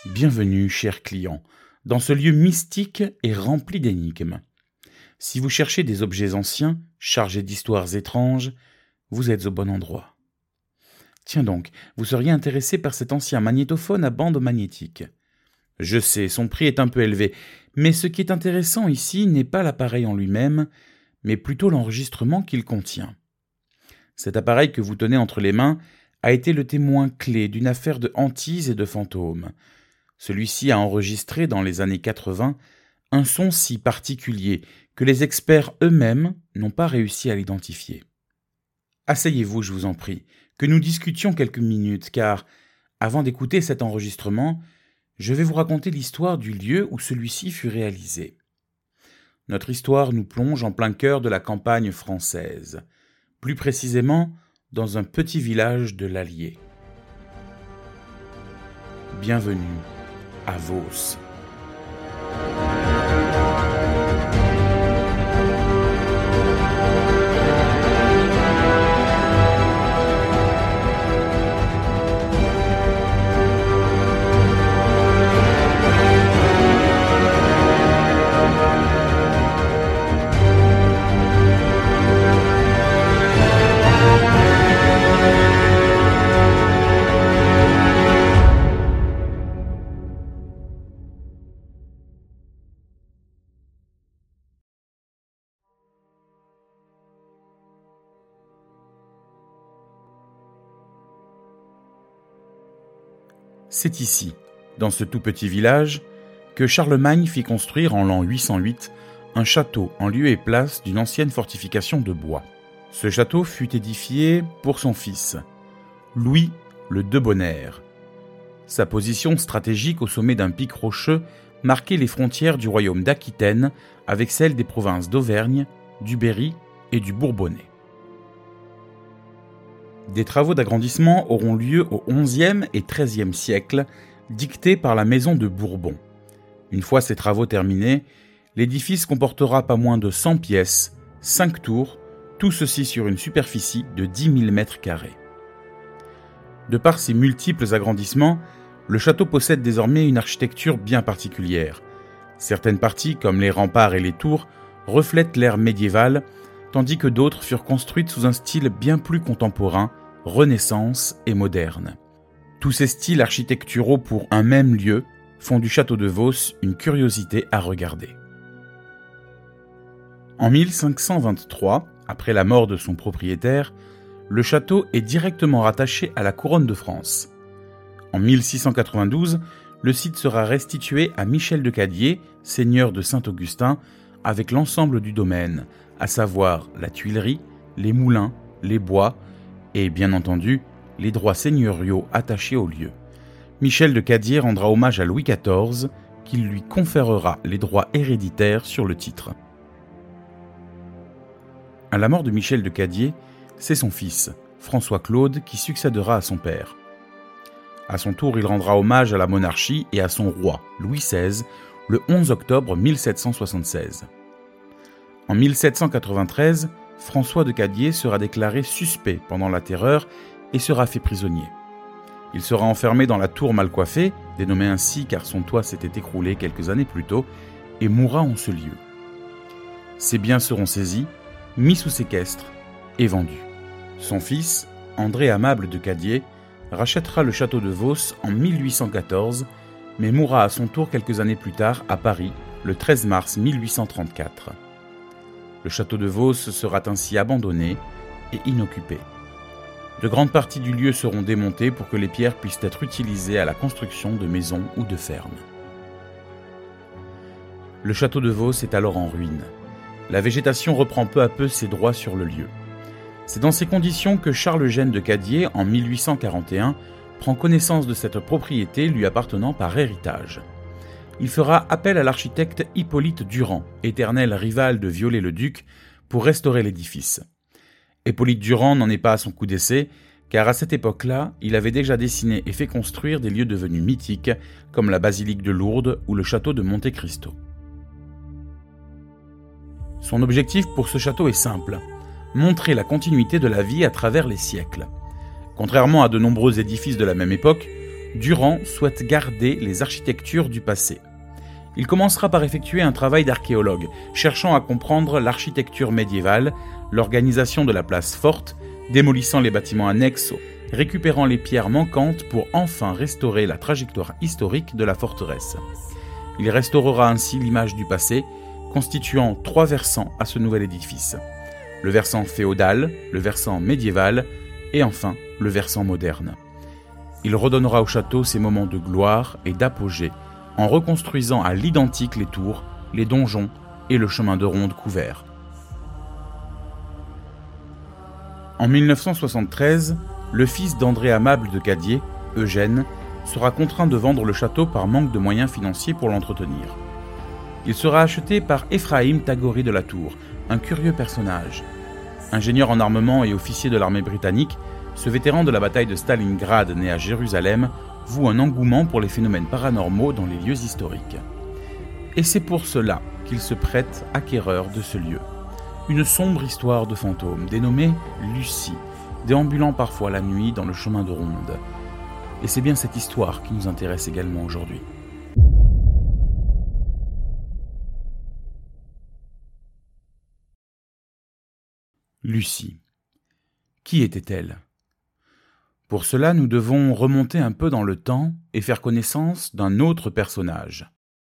Bienvenue, cher client, dans ce lieu mystique et rempli d'énigmes. Si vous cherchez des objets anciens, chargés d'histoires étranges, vous êtes au bon endroit. Tiens donc, vous seriez intéressé par cet ancien magnétophone à bande magnétique. Je sais, son prix est un peu élevé, mais ce qui est intéressant ici n'est pas l'appareil en lui-même, mais plutôt l'enregistrement qu'il contient. Cet appareil que vous tenez entre les mains a été le témoin clé d'une affaire de hantise et de fantômes. Celui-ci a enregistré dans les années 80 un son si particulier que les experts eux-mêmes n'ont pas réussi à l'identifier. Asseyez-vous, je vous en prie, que nous discutions quelques minutes, car, avant d'écouter cet enregistrement, je vais vous raconter l'histoire du lieu où celui-ci fut réalisé. Notre histoire nous plonge en plein cœur de la campagne française, plus précisément dans un petit village de l'Allier. Bienvenue à Vos. C'est ici, dans ce tout petit village, que Charlemagne fit construire en l'an 808 un château en lieu et place d'une ancienne fortification de bois. Ce château fut édifié pour son fils, Louis le Debonnaire. Sa position stratégique au sommet d'un pic rocheux marquait les frontières du royaume d'Aquitaine avec celles des provinces d'Auvergne, du Berry et du Bourbonnais. Des travaux d'agrandissement auront lieu au XIe et XIIIe siècle, dictés par la maison de Bourbon. Une fois ces travaux terminés, l'édifice comportera pas moins de 100 pièces, 5 tours, tout ceci sur une superficie de 10 000 mètres carrés. De par ses multiples agrandissements, le château possède désormais une architecture bien particulière. Certaines parties, comme les remparts et les tours, reflètent l'ère médiévale, tandis que d'autres furent construites sous un style bien plus contemporain, Renaissance et moderne. Tous ces styles architecturaux pour un même lieu font du château de Vos une curiosité à regarder. En 1523, après la mort de son propriétaire, le château est directement rattaché à la couronne de France. En 1692, le site sera restitué à Michel de Cadier, seigneur de Saint-Augustin, avec l'ensemble du domaine, à savoir la tuilerie, les moulins, les bois et, bien entendu, les droits seigneuriaux attachés au lieu. Michel de Cadier rendra hommage à Louis XIV, qui lui conférera les droits héréditaires sur le titre. À la mort de Michel de Cadier, c'est son fils, François-Claude, qui succédera à son père. À son tour, il rendra hommage à la monarchie et à son roi, Louis XVI, le 11 octobre 1776. En 1793, François de Cadier sera déclaré suspect pendant la Terreur et sera fait prisonnier. Il sera enfermé dans la tour mal coiffée, dénommée ainsi car son toit s'était écroulé quelques années plus tôt, et mourra en ce lieu. Ses biens seront saisis, mis sous séquestre et vendus. Son fils, André Amable de Cadier, rachètera le château de Vos en 1814, mais mourra à son tour quelques années plus tard à Paris, le 13 mars 1834. Le château de Vos sera ainsi abandonné et inoccupé. De grandes parties du lieu seront démontées pour que les pierres puissent être utilisées à la construction de maisons ou de fermes. Le château de Vos est alors en ruine. La végétation reprend peu à peu ses droits sur le lieu. C'est dans ces conditions que Charles-Eugène de Cadier, en 1841, prend connaissance de cette propriété lui appartenant par héritage. Il fera appel à l'architecte Hippolyte Durand, éternel rival de Viollet-le-Duc, pour restaurer l'édifice. Hippolyte Durand n'en est pas à son coup d'essai, car à cette époque-là, il avait déjà dessiné et fait construire des lieux devenus mythiques, comme la basilique de Lourdes ou le château de Monte Cristo. Son objectif pour ce château est simple, montrer la continuité de la vie à travers les siècles. Contrairement à de nombreux édifices de la même époque, Durand souhaite garder les architectures du passé. Il commencera par effectuer un travail d'archéologue, cherchant à comprendre l'architecture médiévale, l'organisation de la place forte, démolissant les bâtiments annexes, récupérant les pierres manquantes pour enfin restaurer la trajectoire historique de la forteresse. Il restaurera ainsi l'image du passé, constituant 3 versants à ce nouvel édifice. Le versant féodal, le versant médiéval et enfin le versant moderne. Il redonnera au château ses moments de gloire et d'apogée en reconstruisant à l'identique les tours, les donjons et le chemin de ronde couvert. En 1973, le fils d'André Amable de Cadier, Eugène, sera contraint de vendre le château par manque de moyens financiers pour l'entretenir. Il sera acheté par Ephraim Tagori de la Tour, un curieux personnage. Ingénieur en armement et officier de l'armée britannique, ce vétéran de la bataille de Stalingrad né à Jérusalem voue un engouement pour les phénomènes paranormaux dans les lieux historiques. Et c'est pour cela qu'il se prête acquéreur de ce lieu. Une sombre histoire de fantôme, dénommée Lucie, déambulant parfois la nuit dans le chemin de ronde. Et c'est bien cette histoire qui nous intéresse également aujourd'hui. Lucie. Qui était-elle ? Pour cela, nous devons remonter un peu dans le temps et faire connaissance d'un autre personnage.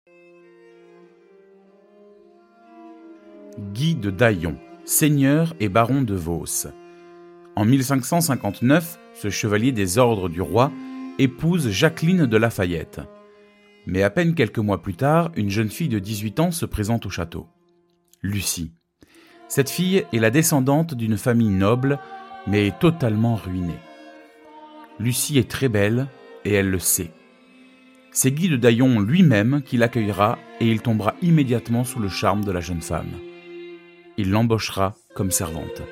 Guy de Daillon, seigneur et baron de Vos. En 1559, ce chevalier des ordres du roi épouse Jacqueline de Lafayette. Mais à peine quelques mois plus tard, une jeune fille de 18 ans se présente au château. Lucie. Cette fille est la descendante d'une famille noble, mais totalement ruinée. Lucie est très belle, et elle le sait. C'est Guy de Daillon lui-même qui l'accueillera, et il tombera immédiatement sous le charme de la jeune femme. Il l'embauchera comme servante.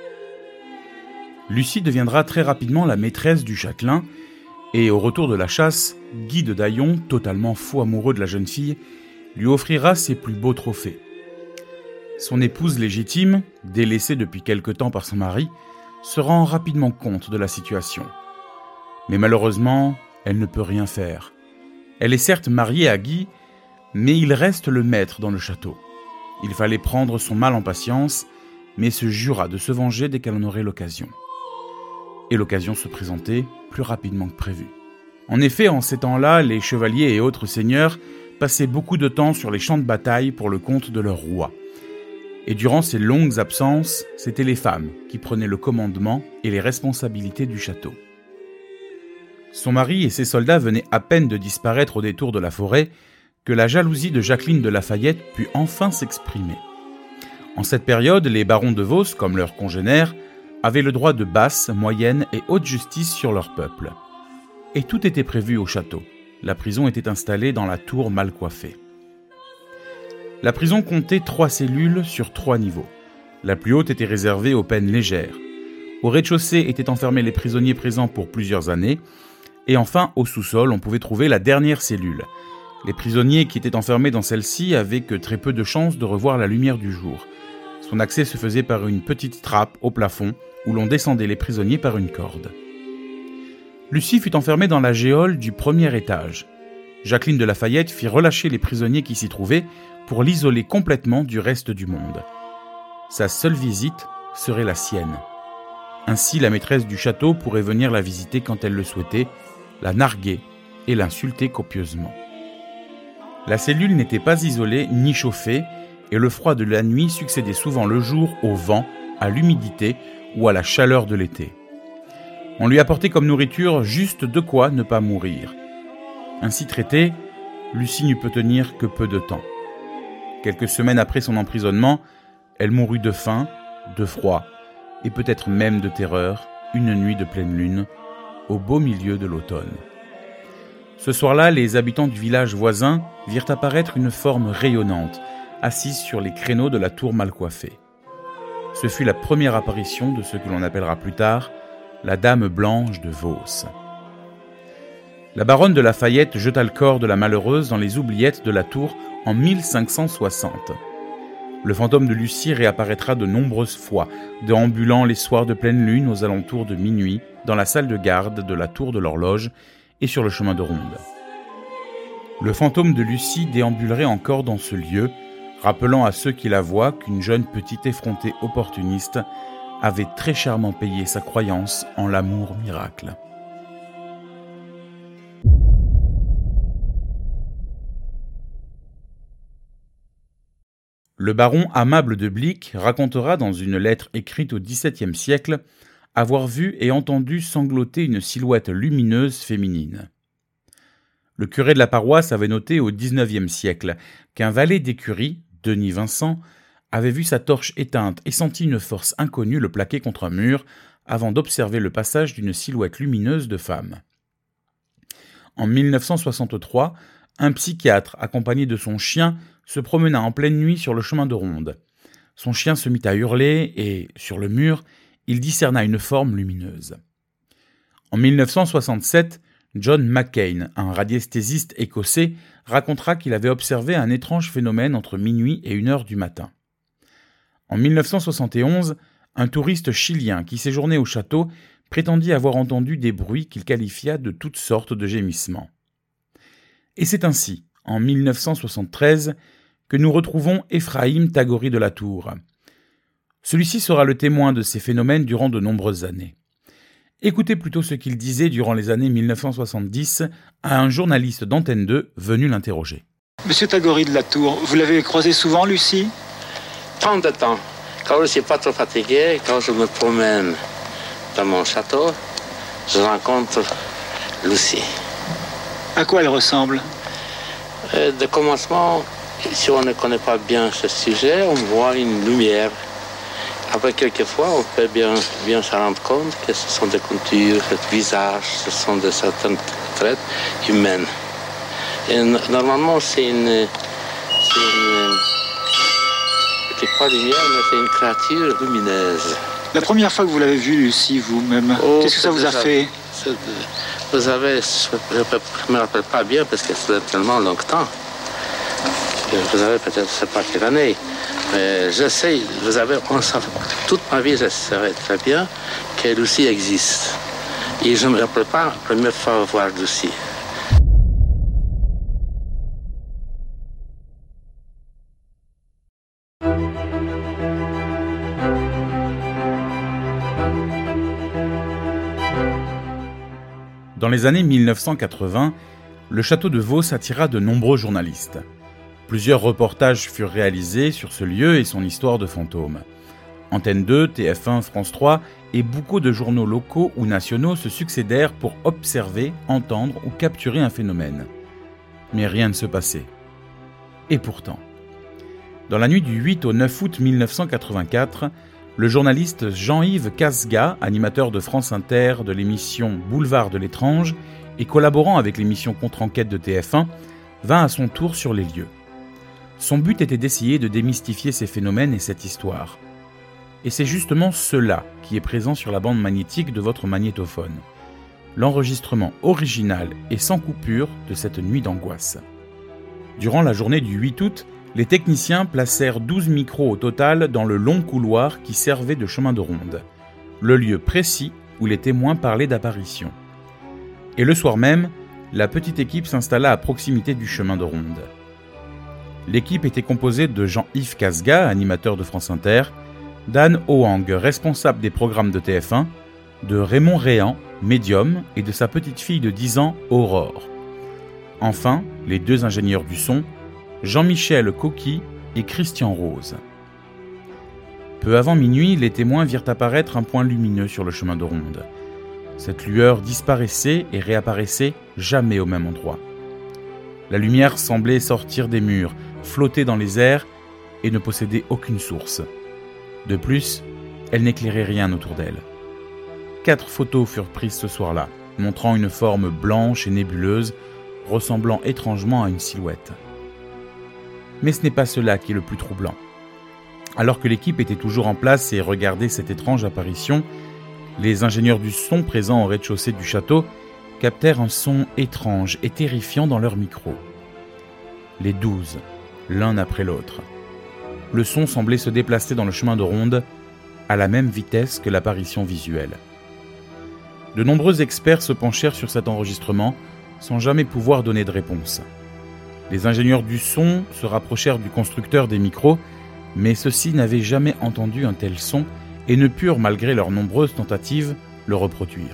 Lucie deviendra très rapidement la maîtresse du châtelain, et au retour de la chasse, Guy de Daillon, totalement fou amoureux de la jeune fille, lui offrira ses plus beaux trophées. Son épouse légitime, délaissée depuis quelque temps par son mari, se rend rapidement compte de la situation. Mais malheureusement, elle ne peut rien faire. Elle est certes mariée à Guy, mais il reste le maître dans le château. Il fallait prendre son mal en patience, mais se jura de se venger dès qu'elle en aurait l'occasion. Et l'occasion se présentait plus rapidement que prévu. En effet, en ces temps-là, les chevaliers et autres seigneurs passaient beaucoup de temps sur les champs de bataille pour le compte de leur roi. Et durant ces longues absences, c'étaient les femmes qui prenaient le commandement et les responsabilités du château. Son mari et ses soldats venaient à peine de disparaître au détour de la forêt que la jalousie de Jacqueline de Lafayette put enfin s'exprimer. En cette période, les barons de Vos, comme leurs congénères, avaient le droit de basse, moyenne et haute justice sur leur peuple. Et tout était prévu au château. La prison était installée dans la tour mal coiffée. La prison comptait 3 cellules sur 3 niveaux. La plus haute était réservée aux peines légères. Au rez-de-chaussée étaient enfermés les prisonniers présents pour plusieurs années. Et enfin, au sous-sol, on pouvait trouver la dernière cellule. Les prisonniers qui étaient enfermés dans celle-ci avaient que très peu de chances de revoir la lumière du jour. Son accès se faisait par une petite trappe au plafond où l'on descendait les prisonniers par une corde. Lucie fut enfermée dans la geôle du premier étage. Jacqueline de Lafayette fit relâcher les prisonniers qui s'y trouvaient pour l'isoler complètement du reste du monde. Sa seule visite serait la sienne. Ainsi, la maîtresse du château pourrait venir la visiter quand elle le souhaitait, la narguer et l'insulter copieusement. La cellule n'était pas isolée ni chauffée, et le froid de la nuit succédait souvent le jour au vent, à l'humidité ou à la chaleur de l'été. On lui apportait comme nourriture juste de quoi ne pas mourir. Ainsi traitée, Lucie n'eut peut tenir que peu de temps. Quelques semaines après son emprisonnement, elle mourut de faim, de froid, et peut-être même de terreur, une nuit de pleine lune, au beau milieu de l'automne. Ce soir-là, les habitants du village voisin virent apparaître une forme rayonnante, assise sur les créneaux de la tour mal coiffée. Ce fut la première apparition de ce que l'on appellera plus tard la Dame Blanche de Vos. La baronne de Lafayette jeta le corps de la malheureuse dans les oubliettes de la tour en 1560. Le fantôme de Lucie réapparaîtra de nombreuses fois, déambulant les soirs de pleine lune aux alentours de minuit dans la salle de garde de la tour de l'horloge et sur le chemin de ronde. Le fantôme de Lucie déambulerait encore dans ce lieu, rappelant à ceux qui la voient qu'une jeune petite effrontée opportuniste avait très chèrement payé sa croyance en l'amour miracle. Le baron Amable de Blic racontera dans une lettre écrite au XVIIe siècle avoir vu et entendu sangloter une silhouette lumineuse féminine. Le curé de la paroisse avait noté au XIXe siècle qu'un valet d'écurie, Denis Vincent, avait vu sa torche éteinte et senti une force inconnue le plaquer contre un mur avant d'observer le passage d'une silhouette lumineuse de femme. En 1963, un psychiatre accompagné de son chien se promena en pleine nuit sur le chemin de ronde. Son chien se mit à hurler et, sur le mur, il discerna une forme lumineuse. En 1967, John McCain, un radiesthésiste écossais, racontera qu'il avait observé un étrange phénomène entre minuit et 1h du matin. En 1971, un touriste chilien qui séjournait au château prétendit avoir entendu des bruits qu'il qualifia de toutes sortes de gémissements. Et c'est ainsi, en 1973, que nous retrouvons Ephraim Tagori de la Tour. Celui-ci sera le témoin de ces phénomènes durant de nombreuses années. Écoutez plutôt ce qu'il disait durant les années 1970 à un journaliste d'Antenne 2 venu l'interroger. Monsieur Tagori de la Tour, vous l'avez croisé souvent, Lucie ? Tant de temps. Quand je ne suis pas trop fatigué, quand je me promène dans mon château, je rencontre Lucie. À quoi elle ressemble ? De commencement, si on ne connaît pas bien ce sujet, on voit une lumière. Après, quelquefois, on peut bien se rendre compte que ce sont des coutures, des visages, ce sont de certaines traits humaines. Et normalement, c'est pas lumière, mais c'est une créature lumineuse. La première fois que vous l'avez vue, Lucie, vous-même, qu'est-ce que ça vous a fait ? Vous savez, je ne me rappelle pas bien parce que c'est tellement longtemps. Vous savez, peut-être, je ne sais pas quelle année. Mais je sais, vous savez, toute ma vie, je savais très bien que Lucie existe. Et je ne me rappelle pas la première fois voir Lucie. Dans les années 1980, le château de Vos attira de nombreux journalistes. Plusieurs reportages furent réalisés sur ce lieu et son histoire de fantôme. Antenne 2, TF1, France 3 et beaucoup de journaux locaux ou nationaux se succédèrent pour observer, entendre ou capturer un phénomène. Mais rien ne se passait. Et pourtant, dans la nuit du 8 au 9 août 1984, le journaliste Jean-Yves Casga, animateur de France Inter de l'émission Boulevard de l'étrange et collaborant avec l'émission Contre-enquête de TF1, vint à son tour sur les lieux. Son but était d'essayer de démystifier ces phénomènes et cette histoire. Et c'est justement cela qui est présent sur la bande magnétique de votre magnétophone. L'enregistrement original et sans coupure de cette nuit d'angoisse. Durant la journée du 8 août, les techniciens placèrent 12 micros au total dans le long couloir qui servait de chemin de ronde, le lieu précis où les témoins parlaient d'apparitions. Et le soir même, la petite équipe s'installa à proximité du chemin de ronde. L'équipe était composée de Jean-Yves Casga, animateur de France Inter, d'Anne Hoang, responsable des programmes de TF1, de Raymond Réan, médium, et de sa petite fille de 10 ans, Aurore. Enfin, les deux ingénieurs du son, Jean-Michel Coqui et Christian Rose. Peu avant minuit, les témoins virent apparaître un point lumineux sur le chemin de ronde. Cette lueur disparaissait et réapparaissait jamais au même endroit. La lumière semblait sortir des murs, flotter dans les airs et ne posséder aucune source. De plus, elle n'éclairait rien autour d'elle. 4 photos furent prises ce soir-là, montrant une forme blanche et nébuleuse, ressemblant étrangement à une silhouette. Mais ce n'est pas cela qui est le plus troublant. Alors que l'équipe était toujours en place et regardait cette étrange apparition, les ingénieurs du son présents au rez-de-chaussée du château captèrent un son étrange et terrifiant dans leur micro. Les 12, l'un après l'autre. Le son semblait se déplacer dans le chemin de ronde à la même vitesse que l'apparition visuelle. De nombreux experts se penchèrent sur cet enregistrement sans jamais pouvoir donner de réponse. Les ingénieurs du son se rapprochèrent du constructeur des micros, mais ceux-ci n'avaient jamais entendu un tel son et ne purent, malgré leurs nombreuses tentatives, le reproduire.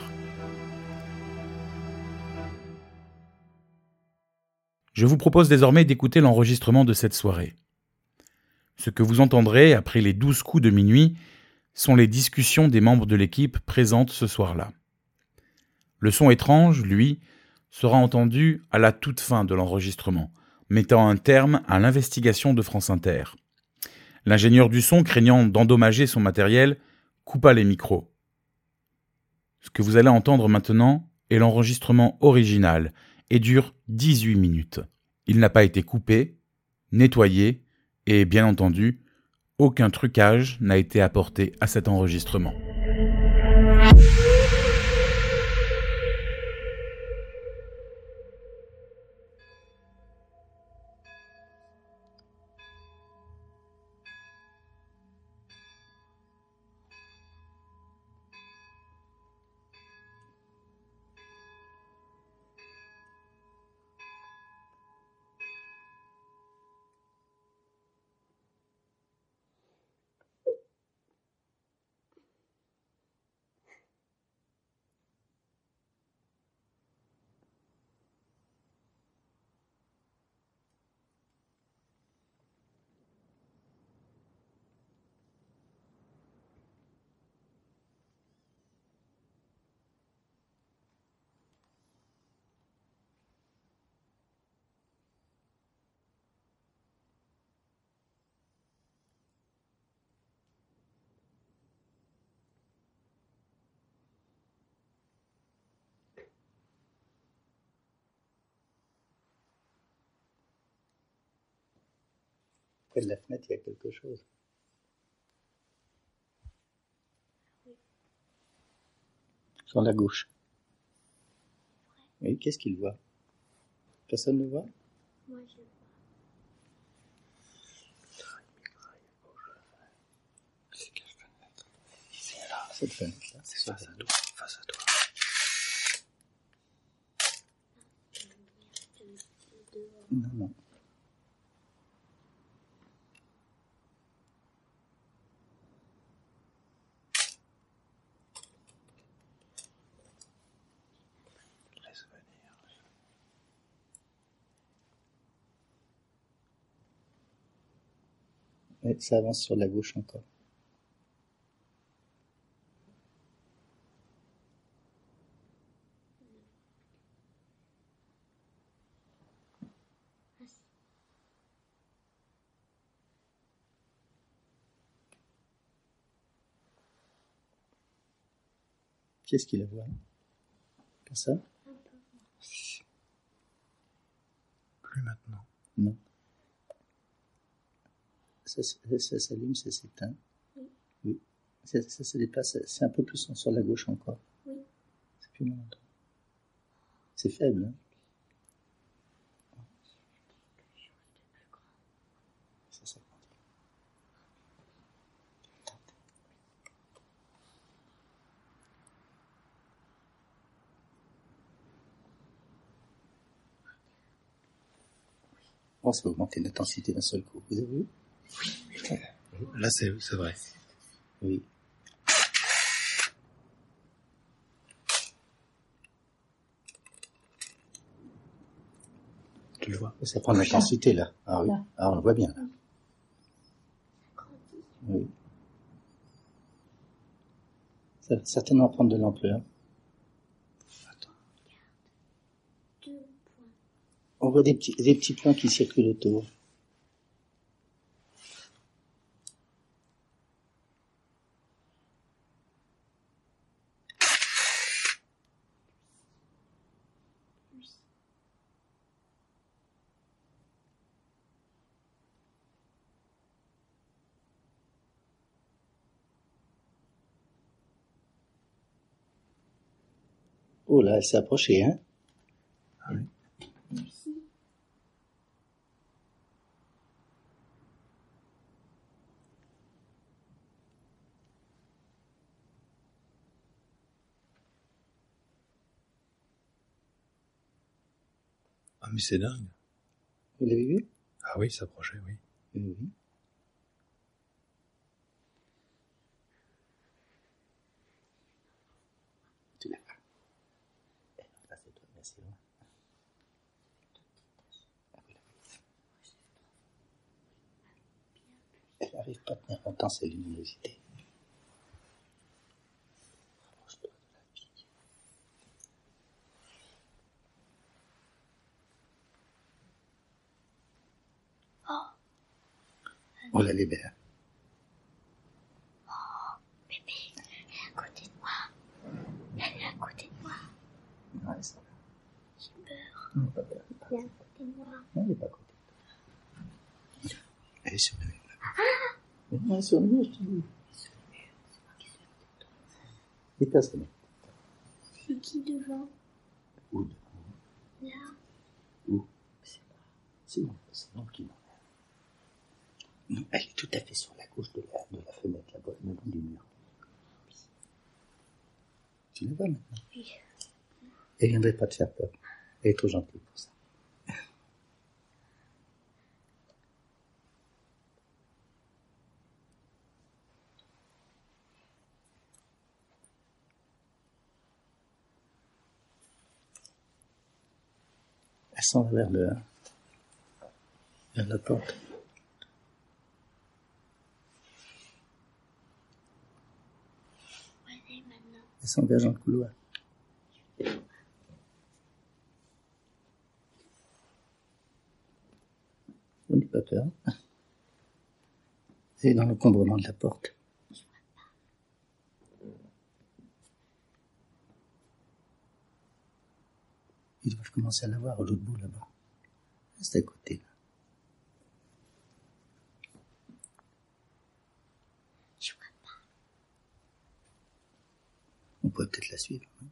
Je vous propose désormais d'écouter l'enregistrement de cette soirée. Ce que vous entendrez après les 12 coups de minuit sont les discussions des membres de l'équipe présentes ce soir-là. Le son étrange, lui, sera entendu à la toute fin de l'enregistrement, mettant un terme à l'investigation de France Inter. L'ingénieur du son, craignant d'endommager son matériel, coupa les micros. Ce que vous allez entendre maintenant est l'enregistrement original et dure 18 minutes. Il n'a pas été coupé, nettoyé et, bien entendu, aucun trucage n'a été apporté à cet enregistrement. Près de la fenêtre, il y a quelque chose. Sur la gauche. Oui, qu'est-ce qu'il voit? Personne ne voit? Moi, je vois. C'est quelle fenêtre? C'est là. Cette fenêtre-là. C'est face à toi. Face à toi. Non, non. Laisse venir. Ouais, ça avance sur la gauche encore. Qu'est-ce qu'il a voit? Personne? Plus maintenant. Non. Ça s'allume, ça s'éteint. Oui. Oui. Ça se dépasse, c'est un peu plus sur la gauche encore. Oui. C'est plus loin. C'est faible, hein? Ça s'agrandit. Oh, ça va augmenter l'intensité d'un seul coup. Vous avez vu? Là, c'est vrai. Oui. Tu le vois? Ça prend de l'intensité, là. Ah oui. Ah, on le voit bien, là. Oui. Ça va certainement prendre de l'ampleur. On voit des petits points qui circulent autour. Oh là, elle s'est approchée, hein? Ah oui. Ah, mais c'est dingue. Vous l'avez vu? Ah oui, s'approcher, oui. Oui. Tu l'as pas. Là, c'est toi, merci. Elle n'arrive pas à tenir longtemps sa luminosité. Rapproche-toi de la fille. On la libère. Bébé, elle est à côté de moi. Elle est à côté de moi. Ouais, ça va. J'ai peur. Non, pas peur. Elle est à côté de moi. Non, elle n'est pas à côté. Elle est sur le mur. Mais non, elle est sur le mur, je te dis. Et personne. C'est qui devant? Où devant? Là. Où? C'est non qui m'en non, elle est tout à fait sur la gauche de la fenêtre, là-bas, le long du mur. Tu la vois maintenant? Oui. Elle viendrait pas te faire peur. Elle est trop gentille pour ça. Elle s'en va vers la porte. Où elle est maintenant? Elle s'engage dans le couloir. On n'ait pas peur. Elle est dans l'encombrement de la porte. Ils doivent commencer à la voir à l'autre bout là-bas. C'est à côté. Là. Je vois pas. On pourrait peut-être la suivre. Hein.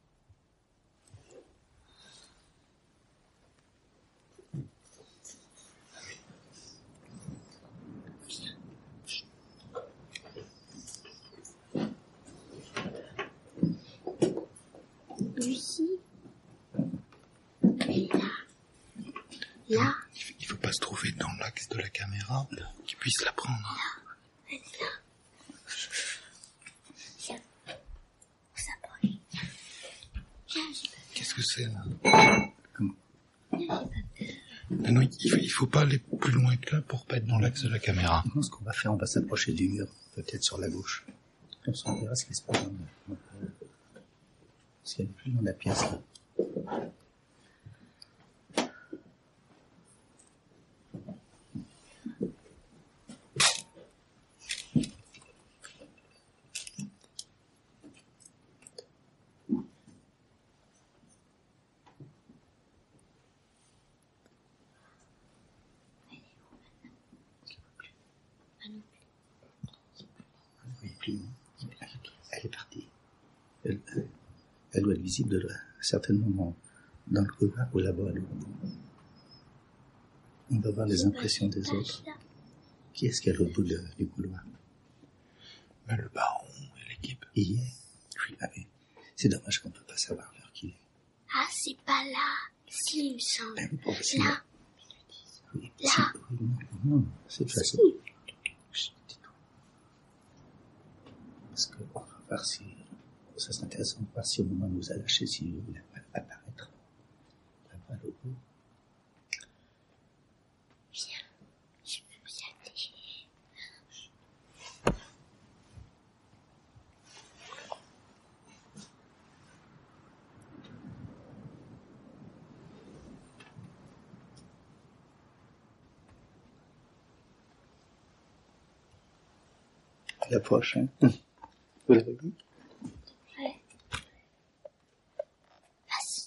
Ici. Et là. Là. Il faut pas se trouver dans l'axe de la caméra qui puisse la prendre. Elle est là. Viens. On s'approche. Viens, j'ai pas Qu'est-ce que c'est là? Comment? peur. J'ai pas peur. Non, il faut pas aller plus loin que là pour pas être dans l'axe de la caméra. Non, ce qu'on va faire, on va s'approcher du mur, peut-être sur la gauche. Comme ça, on verra ce qui se passe dans le... Parce qu'il y a plus dans la pièce là. Plus loin. Elle est partie. Elle doit être visible certainement dans le couloir ou là-bas à l'autre bout. On va voir les impressions des autres. Qui est-ce qui est à l'autre bout du couloir? Mais le baron et l'équipe. Il y est. Oui. Ah oui. C'est dommage qu'on ne peut pas savoir l'heure qu'il est. Ah, c'est pas là. Si, il me semble. Ah oui, bon, c'est Là. Oui, Là. si, oui, non, c'est facile. Chut, tais-toi. Parce qu'on va voir si... Ça serait intéressant de voir si au moment où nous a lâché, si il va apparaître là-bas à l'autre bout. Viens. Je veux y aller. Elle approche, hein. Vous l'avez vu? Ouais. Passe.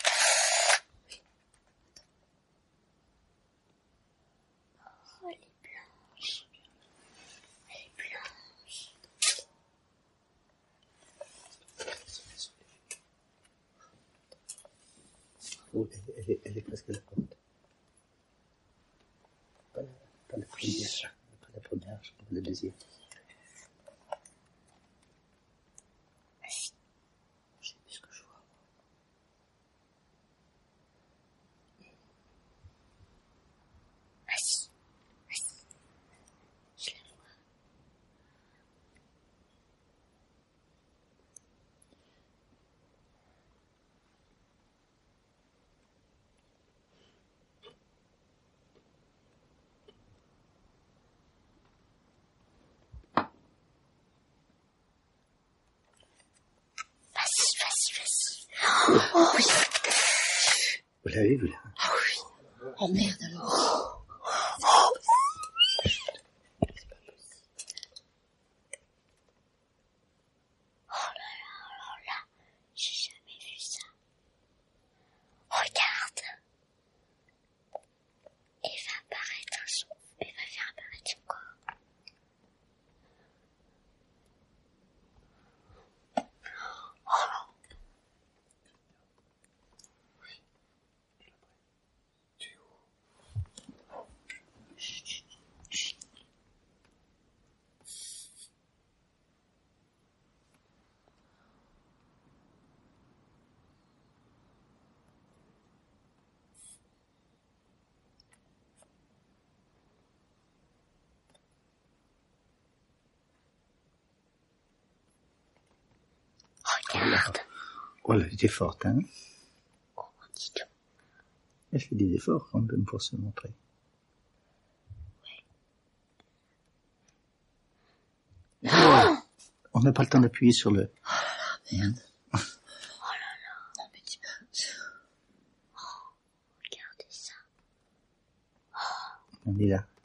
Oh, elle est blanche. Elle est blanche. Oh, elle est presque à la porte. Pas la première, pas la première, la deuxième. Je sais plus ce que je vois. Oui. Vous l'avez vu là? Ah oui. Oh merde alors. Oh là, j'ai jamais vu ça. Regarde. Elle va faire apparaître son corps. Regarde. Oh, elle était forte, hein? Oh, dis donc. Elle fait des efforts quand même pour se montrer. Oh, on n'a pas le temps d'appuyer sur le... Merde. Oh là là. Non mais dis pas. Oh, regardez ça. On est là.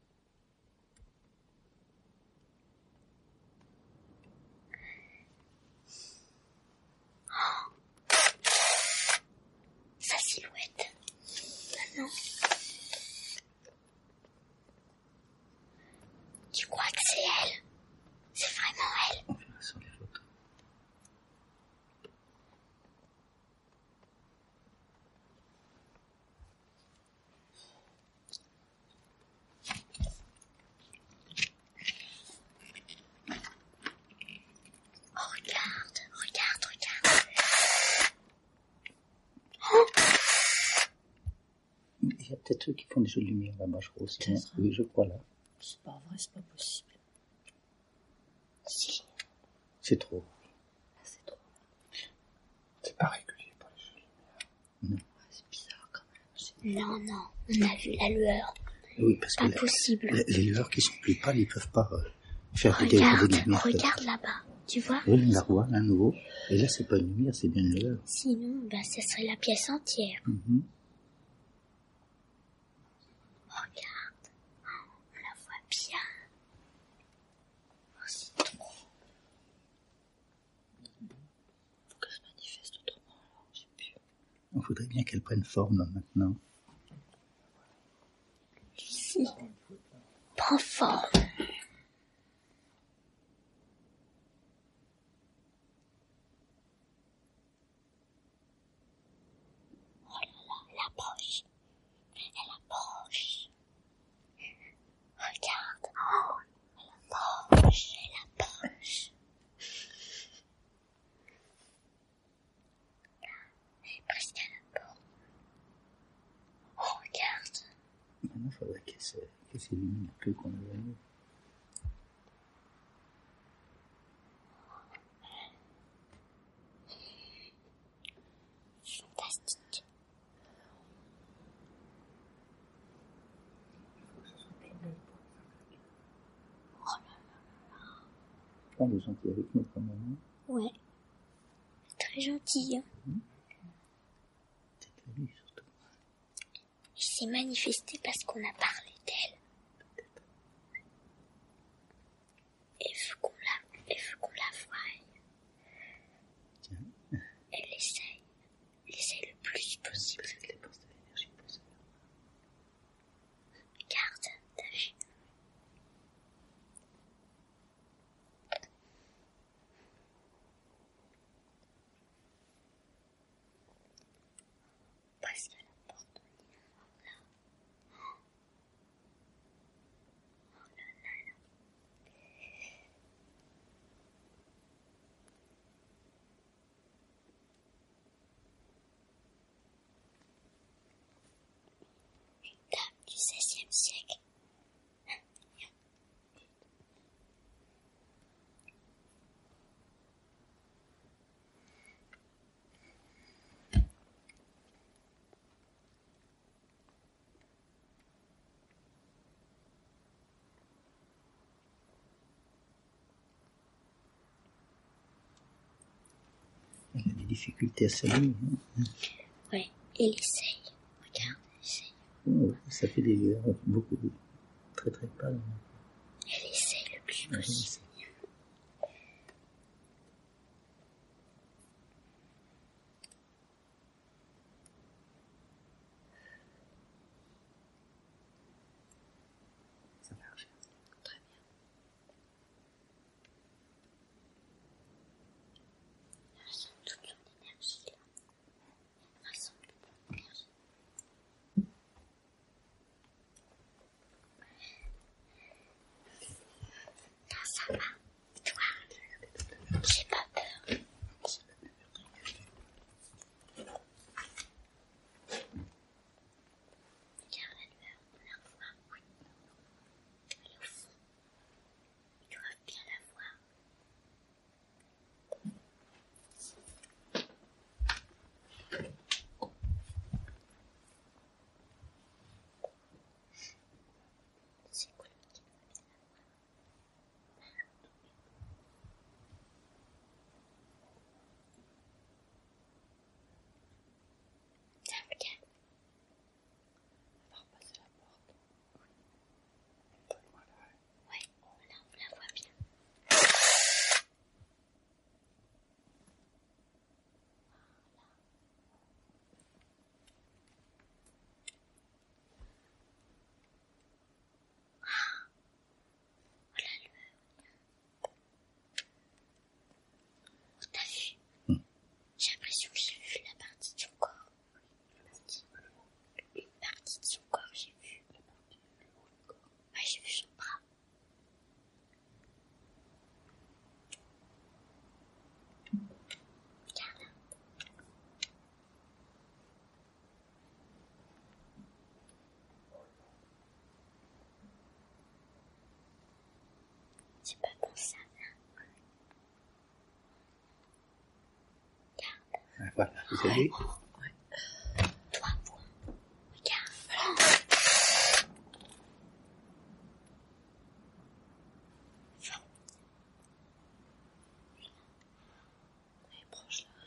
Sa silhouette. Non. Tu crois que c'est elle? C'est vraiment elle? On verra sur les photos. Oh, regarde. Il y a peut-être eux qui font des jeux de lumière là-bas, je crois aussi. Hein. Oui, je crois là. C'est pas vrai, c'est pas possible. Si. C'est trop. Là, c'est trop. C'est pas régulier pour les jeux de lumière. Non. C'est bizarre quand même. Non, on a vu la lueur. Oui, parce Pas que possible. les lueurs qui sont plus pâles, ils peuvent pas faire des lumières. Regarde là-bas. Tu vois? Oui, on la revoit à nouveau. Et là, c'est pas une lumière, c'est bien une lueur. Sinon, ça serait la pièce entière. Mm-hmm. Regarde. On la voit bien. Oh, c'est trop. Faut qu'elle se manifeste autrement alors, j'ai pu. On voudrait bien qu'elle prenne forme là, maintenant. Ici. Prends forme. Oh là là, elle approche. Regarde. Oh, elle approche. Elle est presque à la porte. Oh, regarde. Maintenant, il faudrait qu'elle s'illumine un peu qu'on le voit mieux. Fantastique. Elle est gentille avec nous quand même. Ouais. Très gentille. Hein. C'est la nuit surtout. Il s'est manifesté parce qu'on a parlé d'elle. Et veut qu'on la voie. Tiens. Elle essaye le plus possible. Parce qu'elle dépense de l'énergie pour ça. Regarde, t'as vu? Presque à la porte. difficulté à s'allumer. Ouais, elle essaye. Regarde, elle essaye. Oh, ça fait beaucoup de très très pâle. Elle essaye le plus possible. Ça marche. Très bien. Elle rassemble toute son énergie là. Elle rassemble toute son énergie. Non, ça va. Toi, j'ai pas peur. Regarde la lueur, on la revoit. Oui. Elle est au fond. Tu vas bien la voir. C'est cool. Ça me calme. On va repasser la porte. Ouais, là on la voit bien. Voilà le... T'as vu? J'ai l'impression que j'ai vu la partie de son corps. Une partie de son corps, j'ai vu. Ouais, j'ai vu son bras. Regarde. C'est pas bon ça, là. Regarde. Voilà, vous avez vu? Toi, vous. Regarde. Elle est proche là.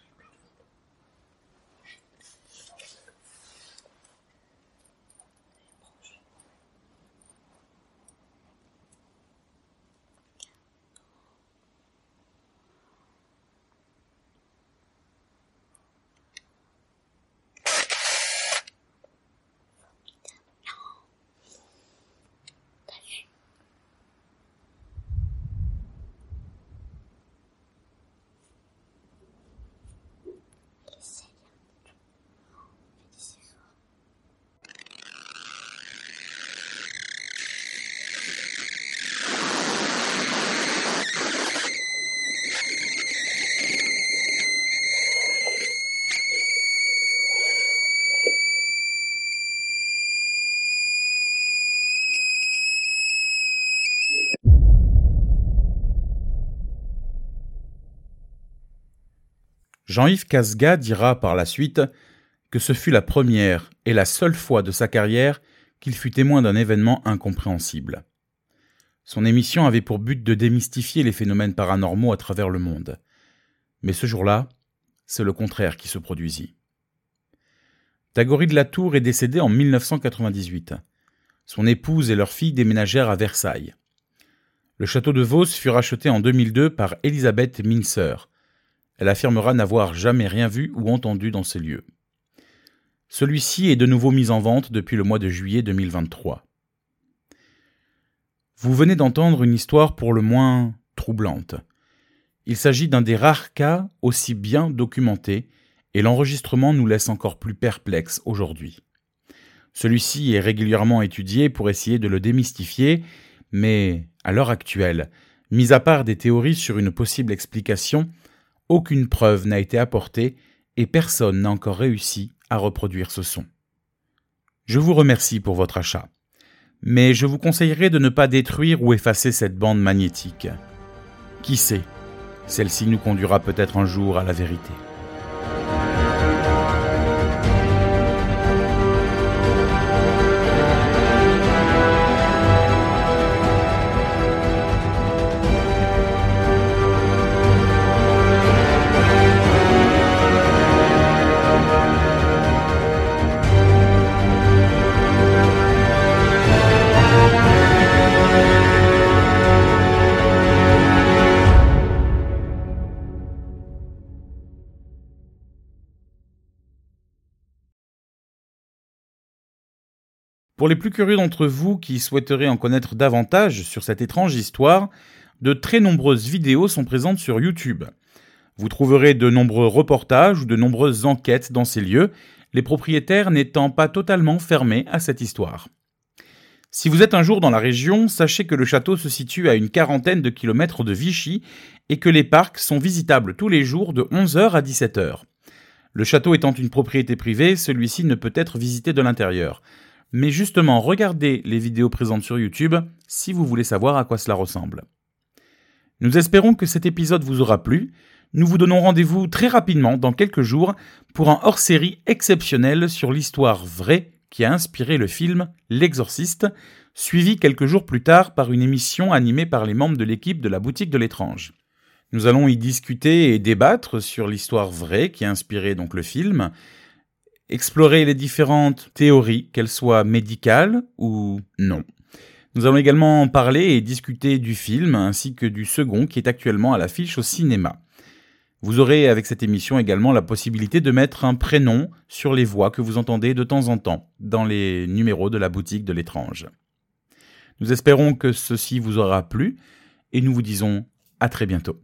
T'as vu? Elle essaye. Elle fait des efforts. Jean-Yves Casga dira par la suite que ce fut la première et la seule fois de sa carrière qu'il fut témoin d'un événement incompréhensible. Son émission avait pour but de démystifier les phénomènes paranormaux à travers le monde. Mais ce jour-là, c'est le contraire qui se produisit. Tagorie de la Tour est décédé en 1998. Son épouse et leur fille déménagèrent à Versailles. Le château de Vos fut racheté en 2002 par Elisabeth Mincer. Elle affirmera n'avoir jamais rien vu ou entendu dans ces lieux. Celui-ci est de nouveau mis en vente depuis le mois de juillet 2023. Vous venez d'entendre une histoire pour le moins troublante. Il s'agit d'un des rares cas aussi bien documentés et l'enregistrement nous laisse encore plus perplexes aujourd'hui. Celui-ci est régulièrement étudié pour essayer de le démystifier, mais à l'heure actuelle, mis à part des théories sur une possible explication, aucune preuve n'a été apportée et personne n'a encore réussi à reproduire ce son. Je vous remercie pour votre achat, mais je vous conseillerais de ne pas détruire ou effacer cette bande magnétique. Qui sait, celle-ci nous conduira peut-être un jour à la vérité. Pour les plus curieux d'entre vous qui souhaiteraient en connaître davantage sur cette étrange histoire, de très nombreuses vidéos sont présentes sur YouTube. Vous trouverez de nombreux reportages ou de nombreuses enquêtes dans ces lieux, les propriétaires n'étant pas totalement fermés à cette histoire. Si vous êtes un jour dans la région, sachez que le château se situe à une 40aine de kilomètres de Vichy et que les parcs sont visitables tous les jours de 11h à 17h. Le château étant une propriété privée, celui-ci ne peut être visité de l'intérieur. Mais justement, regardez les vidéos présentes sur YouTube si vous voulez savoir à quoi cela ressemble. Nous espérons que cet épisode vous aura plu. Nous vous donnons rendez-vous très rapidement, dans quelques jours, pour un hors-série exceptionnel sur l'histoire vraie qui a inspiré le film L'Exorciste, suivi quelques jours plus tard par une émission animée par les membres de l'équipe de la Boutique de l'étrange. Nous allons y discuter et débattre sur l'histoire vraie qui a inspiré donc le film, explorer les différentes théories, qu'elles soient médicales ou non. Nous allons également parler et discuter du film ainsi que du second qui est actuellement à l'affiche au cinéma. Vous aurez avec cette émission également la possibilité de mettre un prénom sur les voix que vous entendez de temps en temps dans les numéros de la Boutique de l'étrange. Nous espérons que ceci vous aura plu et nous vous disons à très bientôt.